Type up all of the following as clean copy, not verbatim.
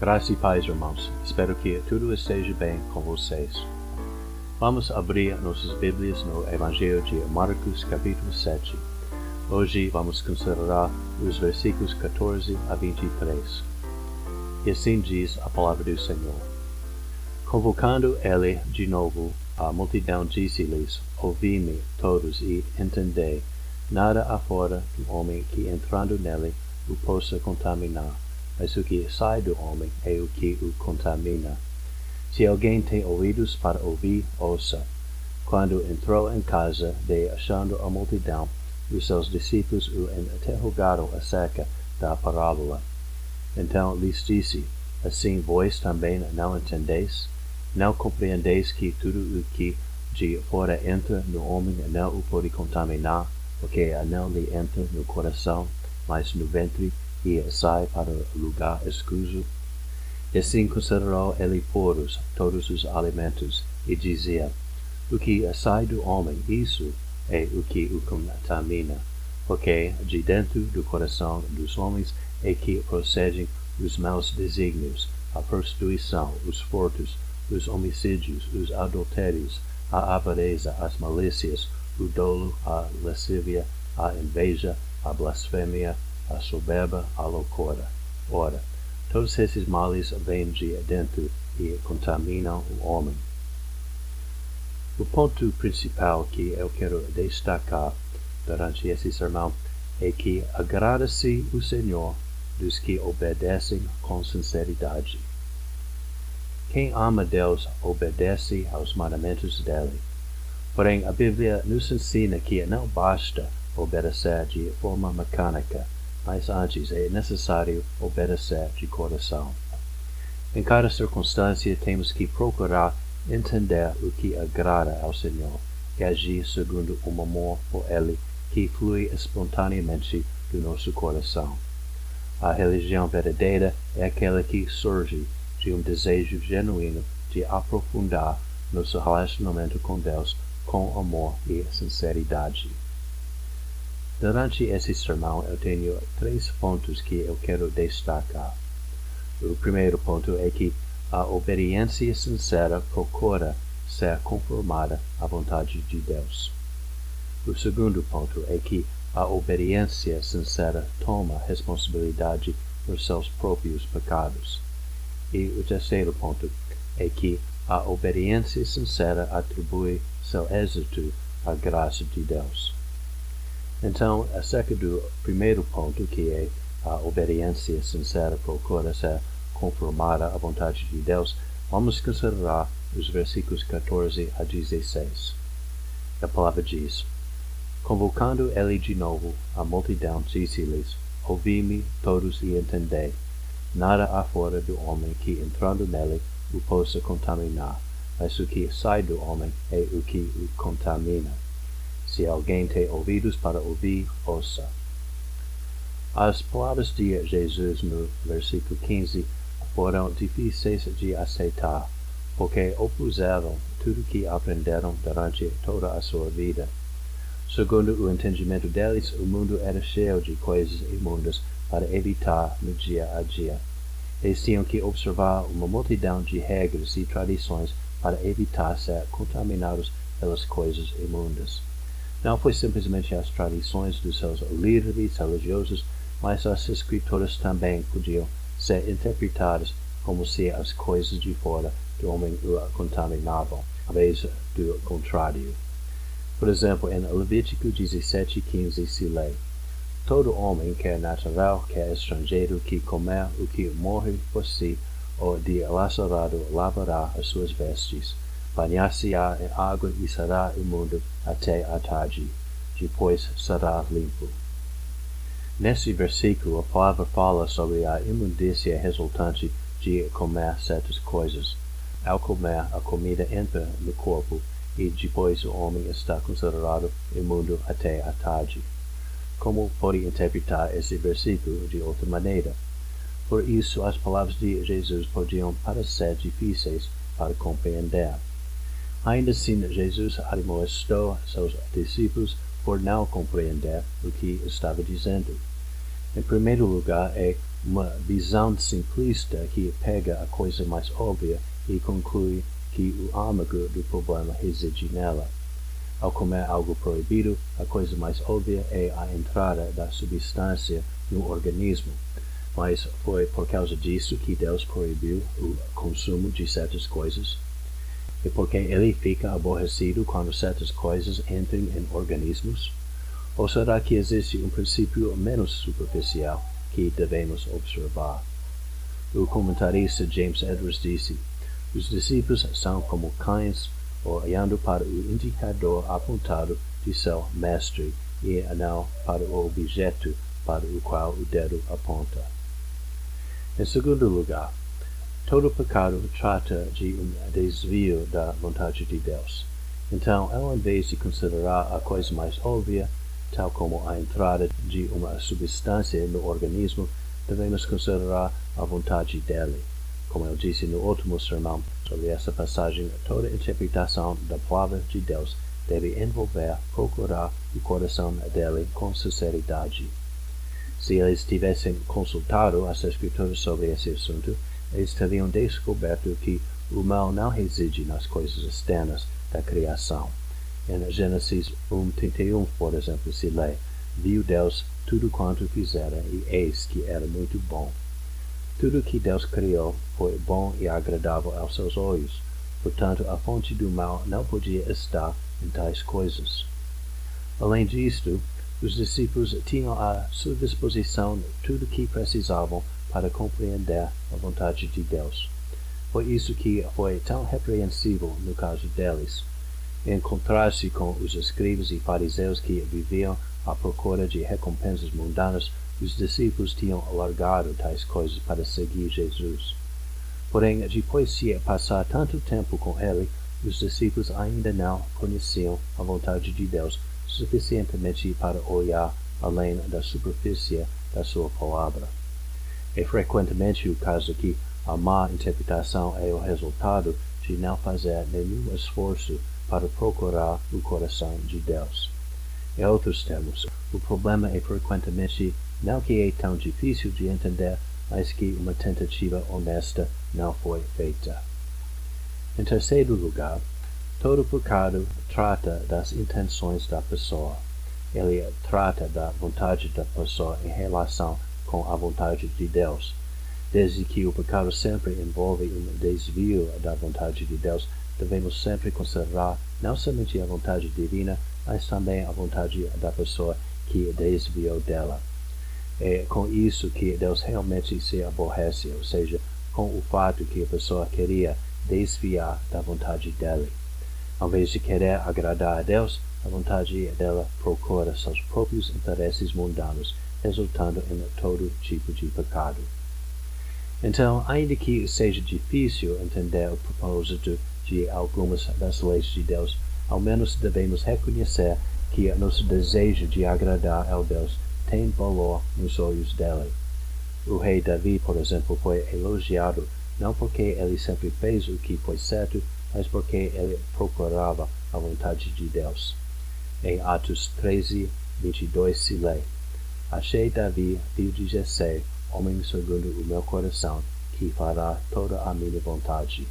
Graça e paz, irmãos. Espero que tudo esteja bem com vocês. Vamos abrir nossas Bíblias no Evangelho de Marcos, capítulo 7. Hoje vamos considerar os versículos 14 a 23. E assim diz a palavra do Senhor. Convocando ele de novo a multidão, disse-lhes: Ouvi-me todos e entendei, nada há fora do homem que entrando nele o possa contaminar, mas o que sai do homem é o que o contamina. Se alguém tem ouvidos para ouvir, ouça. Quando entrou em casa, deixando a multidão, os seus discípulos o interrogaram acerca da parábola. Então lhes disse: Assim vós também não entendeis? Não compreendeis que tudo o que de fora entra no homem não o pode contaminar, porque não lhe entra no coração, mas no ventre, e sai para o lugar escuso? E assim considerou ele puros todos os alimentos, e dizia: O que sai do homem, isso é o que o contamina, porque de dentro do coração dos homens é que procedem os maus desígnios, a prostituição, os furtos, os homicídios, os adultérios, a avareza, as malícias, o dolo, a lascívia, a inveja, a blasfêmia, a soberba, a loucura. Ora, todos esses males vêm de dentro e contaminam o homem. O ponto principal que eu quero destacar durante esse sermão é que agrada-se o Senhor dos que obedecem com sinceridade. Quem ama Deus obedece aos mandamentos dele. Porém, a Bíblia nos ensina que não basta obedecer de forma mecânica, mas antes é necessário obedecer de coração. Em cada circunstância temos que procurar entender o que agrada ao Senhor e agir segundo o amor por Ele que flui espontaneamente do nosso coração. A religião verdadeira é aquela que surge de um desejo genuíno de aprofundar nosso relacionamento com Deus com amor e sinceridade. Durante esse sermão eu tenho 3 pontos que eu quero destacar. O primeiro ponto é que a obediência sincera procura ser conformada à vontade de Deus. O segundo ponto é que a obediência sincera toma responsabilidade por seus próprios pecados. E o terceiro ponto é que a obediência sincera atribui seu êxito à graça de Deus. Então, acerca do primeiro ponto, que é a obediência sincera procura ser conformada à vontade de Deus, vamos considerar os versículos 14 a 16. A palavra diz: Convocando ele de novo a multidão, disse-lhes: Ouvi-me todos e entendei. Nada há fora do homem que, entrando nele, o possa contaminar, mas o que sai do homem é o que o contamina. Se alguém tem ouvidos para ouvir, ouça. As palavras de Jesus no versículo 15 foram difíceis de aceitar, porque opuseram tudo que aprenderam durante toda a sua vida. Segundo o entendimento deles, o mundo era cheio de coisas imundas para evitar no dia a dia. Eles tinham que observar uma multidão de regras e tradições para evitar ser contaminados pelas coisas imundas. Não foi simplesmente as tradições dos seus líderes religiosos, mas as escrituras também podiam ser interpretadas como se as coisas de fora do homem o contaminavam, ao invés do contrário. Por exemplo, em Levítico 17:15 se lê: Todo homem, quer natural, quer estrangeiro, que comer o que morre por si, ou de lacerado, lavará as suas vestes, banhar-se-á em água e será imundo até à tarde, depois será limpo. Nesse versículo, a palavra fala sobre a imundícia resultante de comer certas coisas. Ao comer, a comida entra no corpo, e depois o homem está considerado imundo até à tarde. Como pode interpretar esse versículo de outra maneira? Por isso, as palavras de Jesus podiam parecer difíceis para compreender. Ainda assim, Jesus admoestou seus discípulos por não compreender o que estava dizendo. Em primeiro lugar, é uma visão simplista que pega a coisa mais óbvia e conclui que o âmago do problema reside nela. Ao comer algo proibido, a coisa mais óbvia é a entrada da substância no organismo, mas foi por causa disso que Deus proibiu o consumo de certas coisas? E porque ele fica aborrecido quando certas coisas entram em organismos? Ou será que existe um princípio menos superficial que devemos observar? O comentarista James Edwards disse: os discípulos são como cães olhando para o indicador apontado de seu mestre e não para o objeto para o qual o dedo aponta. Em segundo lugar, todo pecado trata de um desvio da vontade de Deus. Então, ao invés de considerar a coisa mais óbvia, tal como a entrada de uma substância no organismo, devemos considerar a vontade dele. Como eu disse no último sermão sobre essa passagem, toda interpretação da palavra de Deus deve envolver procurar o coração dele com sinceridade. Se eles tivessem consultado as Escrituras sobre esse assunto, eles teriam descoberto que o mal não reside nas coisas externas da criação. Em Gênesis 1:31, por exemplo, se lê: viu Deus tudo quanto fizera, e eis que era muito bom. Tudo que Deus criou foi bom e agradável aos seus olhos. Portanto, a fonte do mal não podia estar em tais coisas. Além disto, os discípulos tinham à sua disposição tudo o que precisavam para compreender a vontade de Deus. Foi isso que foi tão repreensível no caso deles. Em contraste com os escribas e fariseus que viviam à procura de recompensas mundanas, os discípulos tinham largado tais coisas para seguir Jesus. Porém, depois de passar tanto tempo com ele, os discípulos ainda não conheciam a vontade de Deus suficientemente para olhar além da superfície da sua palavra. É frequentemente o caso que a má interpretação é o resultado de não fazer nenhum esforço para procurar o coração de Deus. Em outros termos, o problema é frequentemente não que é tão difícil de entender, mas que uma tentativa honesta não foi feita. Em terceiro lugar, todo pecado trata das intenções da pessoa. Ele trata da vontade da pessoa em relação com a vontade de Deus. Desde que o pecado sempre envolve um desvio da vontade de Deus, devemos sempre considerar não somente a vontade divina, mas também a vontade da pessoa que desviou dela. É com isso que Deus realmente se aborrece, ou seja, com o fato que a pessoa queria desviar da vontade dele. Ao invés de querer agradar a Deus, a vontade dela procura seus próprios interesses mundanos, resultando em todo tipo de pecado. Então, ainda que seja difícil entender o propósito de algumas das leis de Deus, ao menos devemos reconhecer que nosso desejo de agradar ao Deus tem valor nos olhos dele. O rei Davi, por exemplo, foi elogiado não porque ele sempre fez o que foi certo, mas porque ele procurava a vontade de Deus. Em Atos 13:22 se lê: achei Davi, filho de Jessé, homem segundo o meu coração, que fará toda a minha vontade.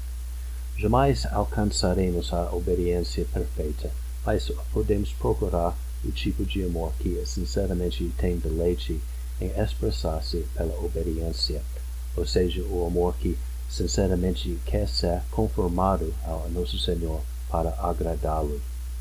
Jamais alcançaremos a obediência perfeita, mas podemos procurar o tipo de amor que sinceramente tem deleite em expressar-se pela obediência, ou seja, o amor que sinceramente quer ser conformado ao nosso Senhor para agradá-lo.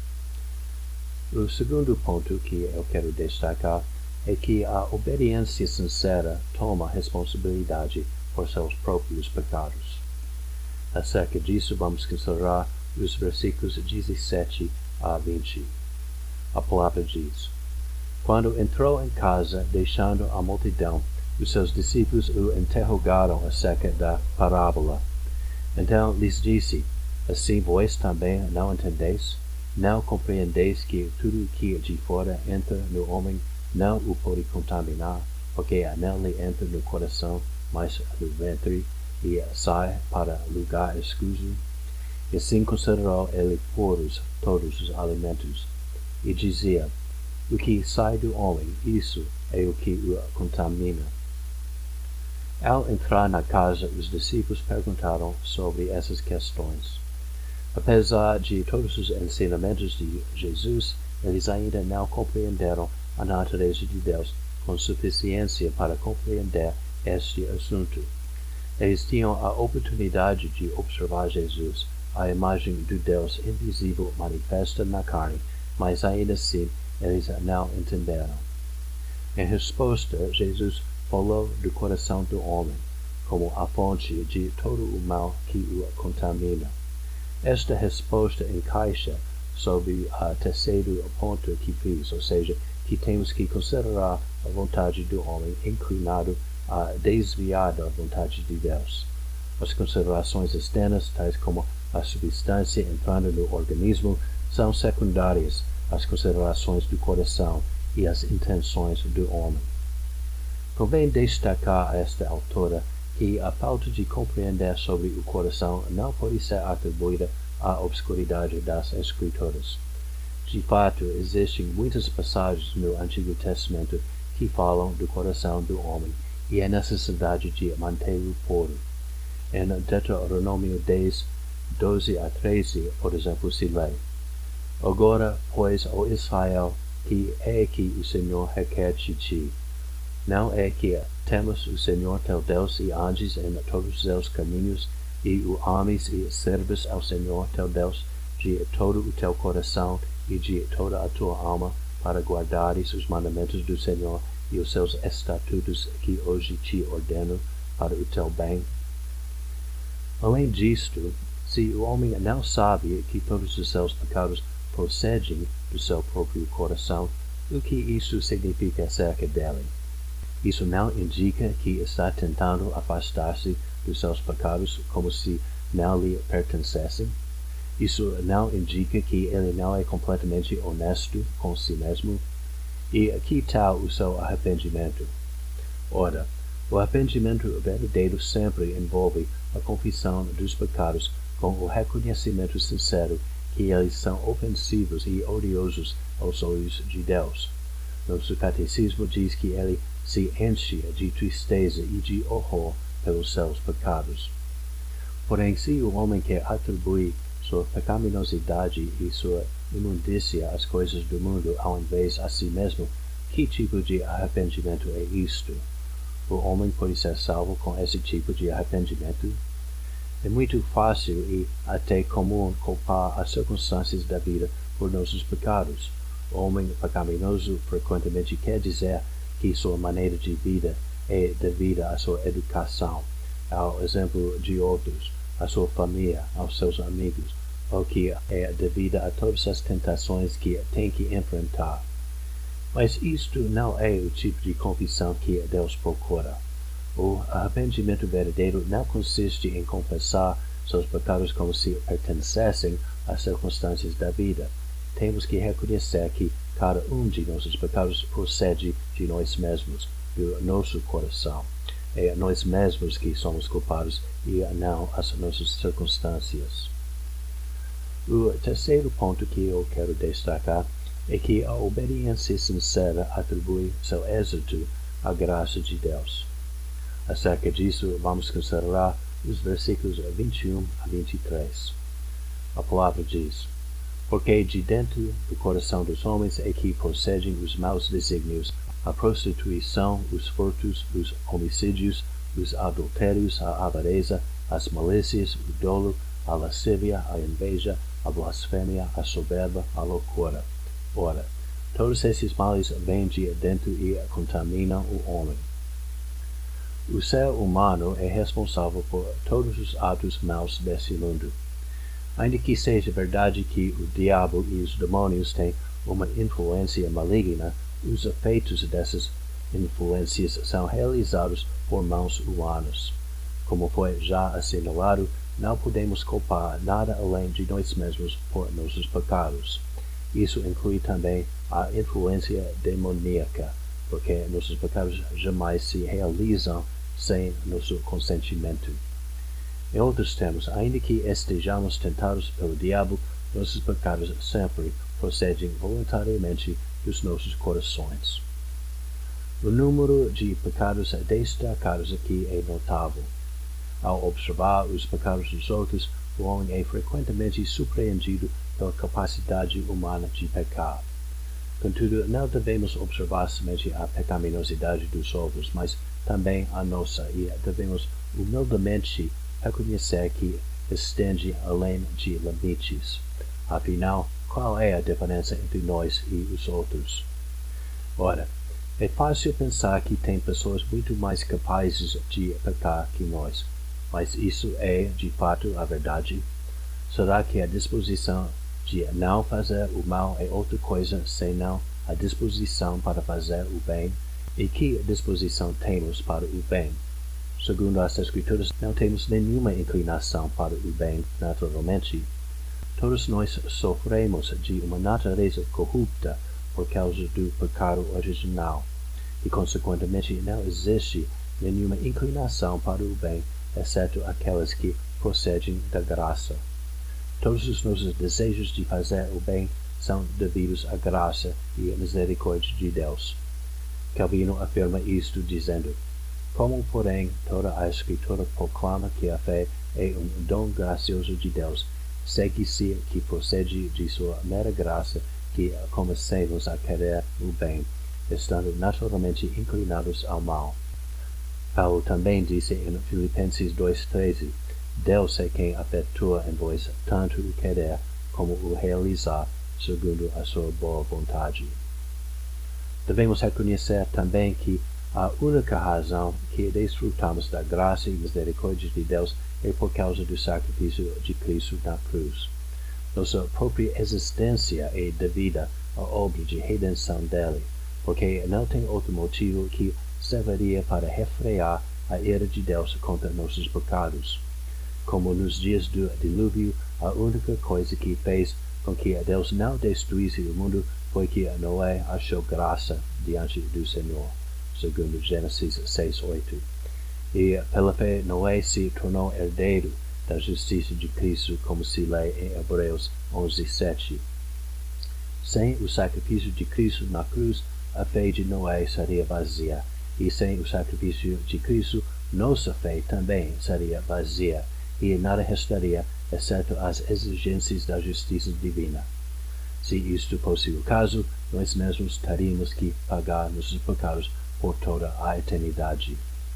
O segundo ponto que eu quero destacar é que a obediência sincera toma responsabilidade por seus próprios pecados. Acerca disso, vamos considerar os versículos 17 a 20. A palavra diz: quando entrou em casa, deixando a multidão, os seus discípulos o interrogaram acerca da parábola. Então lhes disse: assim vós também não entendeis? Não compreendeis que tudo o que de fora entra no homem não o pode contaminar, porque nele entra no coração, mas no ventre, e sai para lugar escuso? E assim considerou ele puros todos os alimentos. E dizia: o que sai do homem, isso é o que o contamina. Ao entrar na casa, os discípulos perguntaram sobre essas questões. Apesar de todos os ensinamentos de Jesus, eles ainda não compreenderam a natureza de Deus com suficiência para compreender este assunto. Eles tinham a oportunidade de observar Jesus, a imagem do Deus invisível manifesta na carne, mas ainda assim eles não entenderam. Em resposta, Jesus falou do coração do homem, como a fonte de todo o mal que o contamina. Esta resposta encaixa sob o terceiro ponto que fiz, ou seja, que temos que considerar a vontade do homem inclinado a desviar da vontade de Deus. As considerações externas, tais como a substância entrando no organismo, são secundárias às considerações do coração e às intenções do homem. Convém destacar a esta altura que a falta de compreender sobre o coração não pode ser atribuída à obscuridade das Escrituras. De fato, existem muitas passagens no Antigo Testamento que falam do coração do homem e a necessidade de mantê-lo puro. Em Deuteronômio 10, 12 a 13, por exemplo, se lê: Agora, pois, ó Israel, que é que o Senhor requer de ti? Não é que temas o Senhor teu Deus e andes em todos os seus caminhos, e o ames e serves ao Senhor teu Deus de todo o teu coração e de toda a tua alma, para guardares os mandamentos do Senhor e os seus estatutos que hoje te ordeno para o teu bem? Além disto, se o homem não sabe que todos os seus pecados procedem do seu próprio coração, o que isso significa acerca dele? Isso não indica que está tentando afastar-se dos seus pecados como se não lhe pertencessem? Isso não indica que ele não é completamente honesto com si mesmo? E que tal o seu arrependimento? Ora, o arrependimento verdadeiro sempre envolve a confissão dos pecados com o reconhecimento sincero que eles são ofensivos e odiosos aos olhos de Deus. Nosso catecismo diz que ele se enche de tristeza e de horror pelos seus pecados. Porém, se o homem quer atribuir sua pecaminosidade e sua imundícia às coisas do mundo ao invés a si mesmo, que tipo de arrependimento é isto? O homem pode ser salvo com esse tipo de arrependimento? É muito fácil e até comum culpar as circunstâncias da vida por nossos pecados. O homem pecaminoso frequentemente quer dizer que sua maneira de vida é devida à sua educação, ao exemplo de outros, à sua família, aos seus amigos, ou que é devida a todas as tentações que tem que enfrentar. Mas isto não é o tipo de confissão que Deus procura. O arrependimento verdadeiro não consiste em confessar seus pecados como se pertencessem às circunstâncias da vida. Temos que reconhecer que cada um de nossos pecados procede de nós mesmos, do nosso coração. É nós mesmos que somos culpados e não as nossas circunstâncias. O terceiro ponto que eu quero destacar é que a obediência sincera atribui seu êxito à graça de Deus. Acerca disso, vamos considerar os versículos 21 a 23. A palavra diz: Porque de dentro do coração dos homens é que procedem os maus desígnios, a prostituição, os furtos, os homicídios, os adultérios, a avareza, as malícias, o dolo, a lascívia, a inveja, a blasfêmia, a soberba, a loucura. Ora, todos esses males vêm de dentro e contaminam o homem. O ser humano é responsável por todos os atos maus desse mundo. Ainda que seja verdade que o diabo e os demônios têm uma influência maligna, os efeitos dessas influências são realizados por mãos humanas. Como foi já assinalado, não podemos culpar nada além de nós mesmos por nossos pecados. Isso inclui também a influência demoníaca, porque nossos pecados jamais se realizam sem nosso consentimento. Em outros termos, ainda que estejamos tentados pelo diabo, nossos pecados sempre procedem voluntariamente dos nossos corações. O número de pecados destacados aqui é notável. Ao observar os pecados dos outros, o homem é frequentemente surpreendido pela capacidade humana de pecar. Contudo, não devemos observar somente a pecaminosidade dos outros, mas também a nossa, e devemos humildemente reconhecer que estende além de limites. Afinal, qual é a diferença entre nós e os outros? Ora, é fácil pensar que tem pessoas muito mais capazes de pecar que nós, mas isso é, de fato, a verdade? Será que a disposição de não fazer o mal é outra coisa senão a disposição para fazer o bem? E que disposição temos para o bem? Segundo as Escrituras, não temos nenhuma inclinação para o bem naturalmente. Todos nós sofremos de uma natureza corrupta por causa do pecado original, e consequentemente não existe nenhuma inclinação para o bem, exceto aquelas que procedem da graça. Todos os nossos desejos de fazer o bem são devidos à graça e à misericórdia de Deus. Calvino afirma isto dizendo: como, porém, toda a Escritura proclama que a fé é um dom gracioso de Deus, segue-se que procede de sua mera graça que comecemos a querer o bem, estando naturalmente inclinados ao mal. Paulo também disse em Filipenses 2,13: Deus é quem efetua em vós tanto o querer como o realizar, segundo a sua boa vontade. Devemos reconhecer também que a única razão que desfrutamos da graça e misericórdia de Deus é por causa do sacrifício de Cristo na cruz. Nossa própria existência é devida à obra de redenção dele, porque não tem outro motivo que serviria para refrear a ira de Deus contra nossos pecados. Como nos dias do dilúvio, a única coisa que fez com que Deus não destruísse o mundo foi que Noé achou graça diante do Senhor, segundo Gênesis 6:8. E pela fé Noé se tornou herdeiro da justiça de Cristo, como se lê em Hebreus 11:7. Sem o sacrifício de Cristo na cruz, a fé de Noé seria vazia, e sem o sacrifício de Cristo, nossa fé também seria vazia, e nada restaria, exceto as exigências da justiça divina. Se isto fosse o caso, nós mesmos teríamos que pagar nossos pecados por toda a eternidade.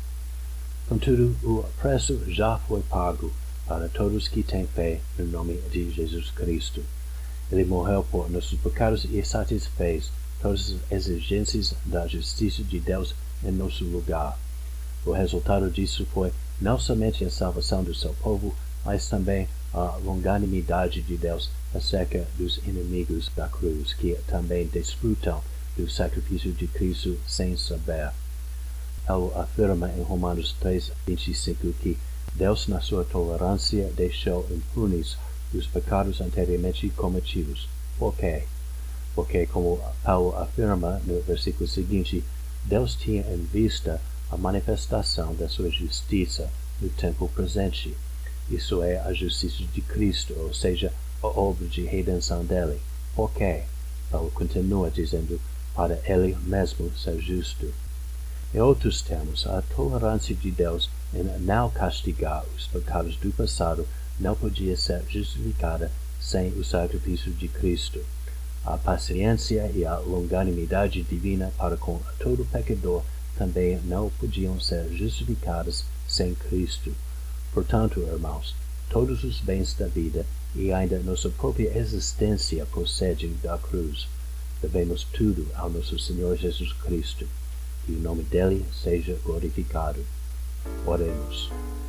Contudo, o preço já foi pago para todos que têm fé no nome de Jesus Cristo. Ele morreu por nossos pecados e satisfez todas as exigências da justiça de Deus em nosso lugar. O resultado disso foi não somente a salvação do seu povo, mas também a longanimidade de Deus acerca dos inimigos da cruz, que também desfrutam do sacrifício de Cristo sem saber. Paulo afirma em Romanos 3:25 que Deus, na sua tolerância, deixou impunes os pecados anteriormente cometidos. Por quê? Porque, como Paulo afirma no versículo seguinte, Deus tinha em vista a manifestação da sua justiça no tempo presente. Isso é a justiça de Cristo, ou seja, a obra de redenção dele. Por quê? Paulo continua dizendo, para ele mesmo ser justo. Em outros termos, a tolerância de Deus em não castigar os pecados do passado não podia ser justificada sem o sacrifício de Cristo. A paciência e a longanimidade divina para com todo pecador também não podiam ser justificadas sem Cristo. Portanto, irmãos, todos os bens da vida e ainda nossa própria existência procedem da cruz. Devemos tudo ao nosso Senhor Jesus Cristo. Que o nome dele seja glorificado. Oremos.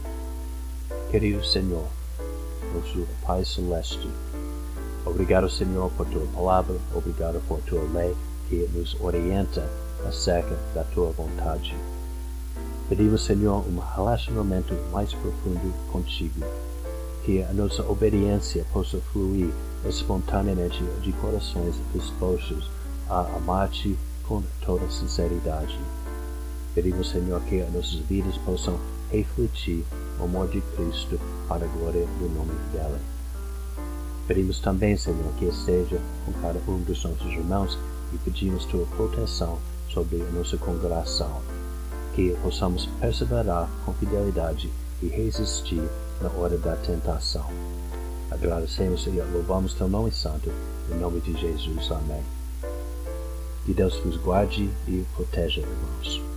Querido Senhor, nosso Pai Celeste, obrigado, Senhor, por tua palavra, obrigado por tua lei que nos orienta acerca da tua vontade. Pedimos, Senhor, um relacionamento mais profundo contigo, que a nossa obediência possa fluir espontaneamente de corações dispostos a amar-te com toda sinceridade. Pedimos, Senhor, que as nossas vidas possam refletir o amor de Cristo para a glória do nome dele. Pedimos também, Senhor, que esteja com cada um dos nossos irmãos e pedimos tua proteção sobre a nossa congregação, que possamos perseverar com fidelidade e resistir na hora da tentação. Agradecemos e louvamos teu nome santo, em nome de Jesus. Amém. Que Deus vos guarde e proteja, irmãos.